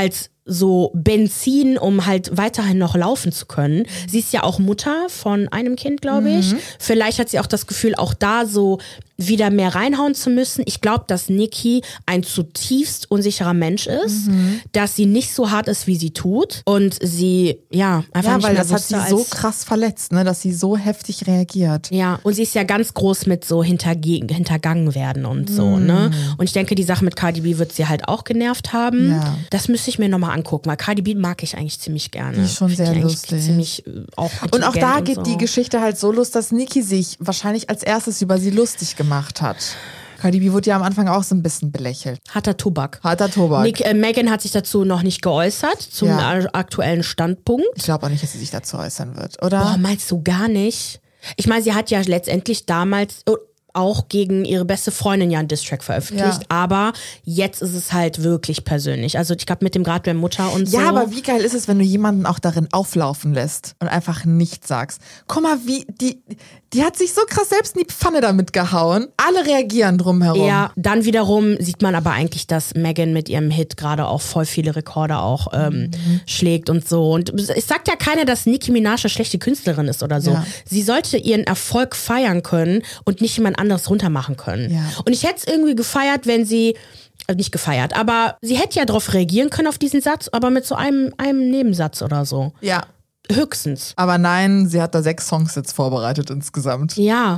B: so Benzin, um halt weiterhin noch laufen zu können. Sie ist ja auch Mutter von einem Kind, glaube ich. Mhm. Vielleicht hat sie auch das Gefühl, auch da so wieder mehr reinhauen zu müssen. Ich glaube, dass Nikki ein zutiefst unsicherer Mensch ist, mhm. dass sie nicht so hart ist, wie sie tut und sie, ja, einfach
C: ja,
B: nicht
C: weil
B: mehr
C: das hat sie so krass verletzt, ne, dass sie so heftig reagiert.
B: Ja, und sie ist ja ganz groß mit so hinterge- hintergangen werden und so, mhm. ne. Und ich denke, die Sache mit Cardi B wird sie halt auch genervt haben. Ja. Das müsste ich mir nochmal angucken, weil Cardi B mag ich eigentlich ziemlich gerne.
C: Die ist schon sehr lustig.
B: Ziemlich, äh, auch
C: und auch da
B: und
C: geht
B: so.
C: Die Geschichte halt so los, dass Nikki sich wahrscheinlich als erstes über sie lustig gemacht hat. Cardi B wurde ja am Anfang auch so ein bisschen belächelt.
B: Harter Tobak.
C: Harter Tobak.
B: Nick, äh, Megan hat sich dazu noch nicht geäußert, zum ja. aktuellen Standpunkt.
C: Ich glaube auch nicht, dass sie sich dazu äußern wird, oder?
B: Boah, meinst du gar nicht? Ich meine, sie hat ja letztendlich damals... Oh, auch gegen ihre beste Freundin ja einen Diss-Track veröffentlicht, ja. aber jetzt ist es halt wirklich persönlich. Also ich glaube mit dem Grad der Mutter und so.
C: Ja, aber wie geil ist es, wenn du jemanden auch darin auflaufen lässt und einfach nichts sagst. Guck mal, wie die, die hat sich so krass selbst in die Pfanne damit gehauen. Alle reagieren drumherum.
B: Ja, dann wiederum sieht man aber eigentlich, dass Megan mit ihrem Hit gerade auch voll viele Rekorde auch ähm, mhm. schlägt und so. Und es sagt ja keiner, dass Nicki Minaj eine schlechte Künstlerin ist oder so. Ja. Sie sollte ihren Erfolg feiern können und nicht jemand anderes runtermachen können. Ja. Und ich hätte es irgendwie gefeiert, wenn sie, also nicht gefeiert, aber sie hätte ja darauf reagieren können auf diesen Satz, aber mit so einem, einem Nebensatz oder so.
C: Ja.
B: Höchstens.
C: Aber nein, sie hat da sechs Songs jetzt vorbereitet insgesamt.
B: Ja.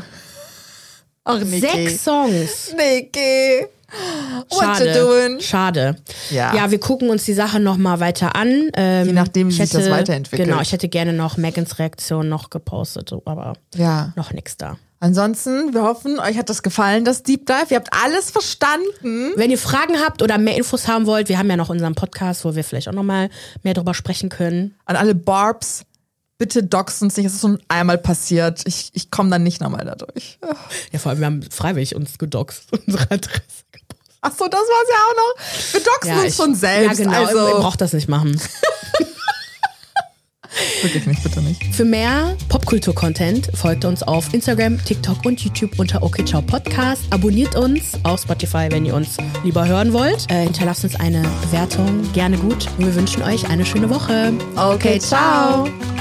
C: Ach, Nikki.
B: Sechs Songs.
C: Nikki. What
B: Schade.
C: you doing?
B: Schade.
C: Ja.
B: ja, wir gucken uns die Sache nochmal weiter an. Ähm,
C: Je nachdem, wie sich
B: hätte,
C: das weiterentwickelt.
B: Genau, ich hätte gerne noch Megans Reaktion noch gepostet, aber
C: ja.
B: noch nichts da.
C: Ansonsten, wir hoffen, euch hat das gefallen, das Deep Dive. Ihr habt alles verstanden.
B: Wenn ihr Fragen habt oder mehr Infos haben wollt, wir haben ja noch unseren Podcast, wo wir vielleicht auch nochmal mehr drüber sprechen können.
C: An alle Barbs, bitte doxt uns nicht. Es ist schon einmal passiert. Ich, ich komme dann nicht nochmal dadurch.
B: Ja, vor allem, wir haben freiwillig uns gedoxt, unsere Adresse.
C: Ach so, das war's ja auch noch. Wir doxen
B: ja,
C: uns
B: ich,
C: schon selbst.
B: Ja, genau.
C: Also.
B: Ihr braucht das nicht machen.
C: Wirklich nicht, bitte nicht.
B: Für mehr Popkultur-Content folgt uns auf Instagram, TikTok und YouTube unter Okay Ciao Podcast. Abonniert uns auf Spotify, wenn ihr uns lieber hören wollt. Äh, hinterlasst uns eine Bewertung, gerne gut. Und wir wünschen euch eine schöne Woche.
C: Okay, ciao.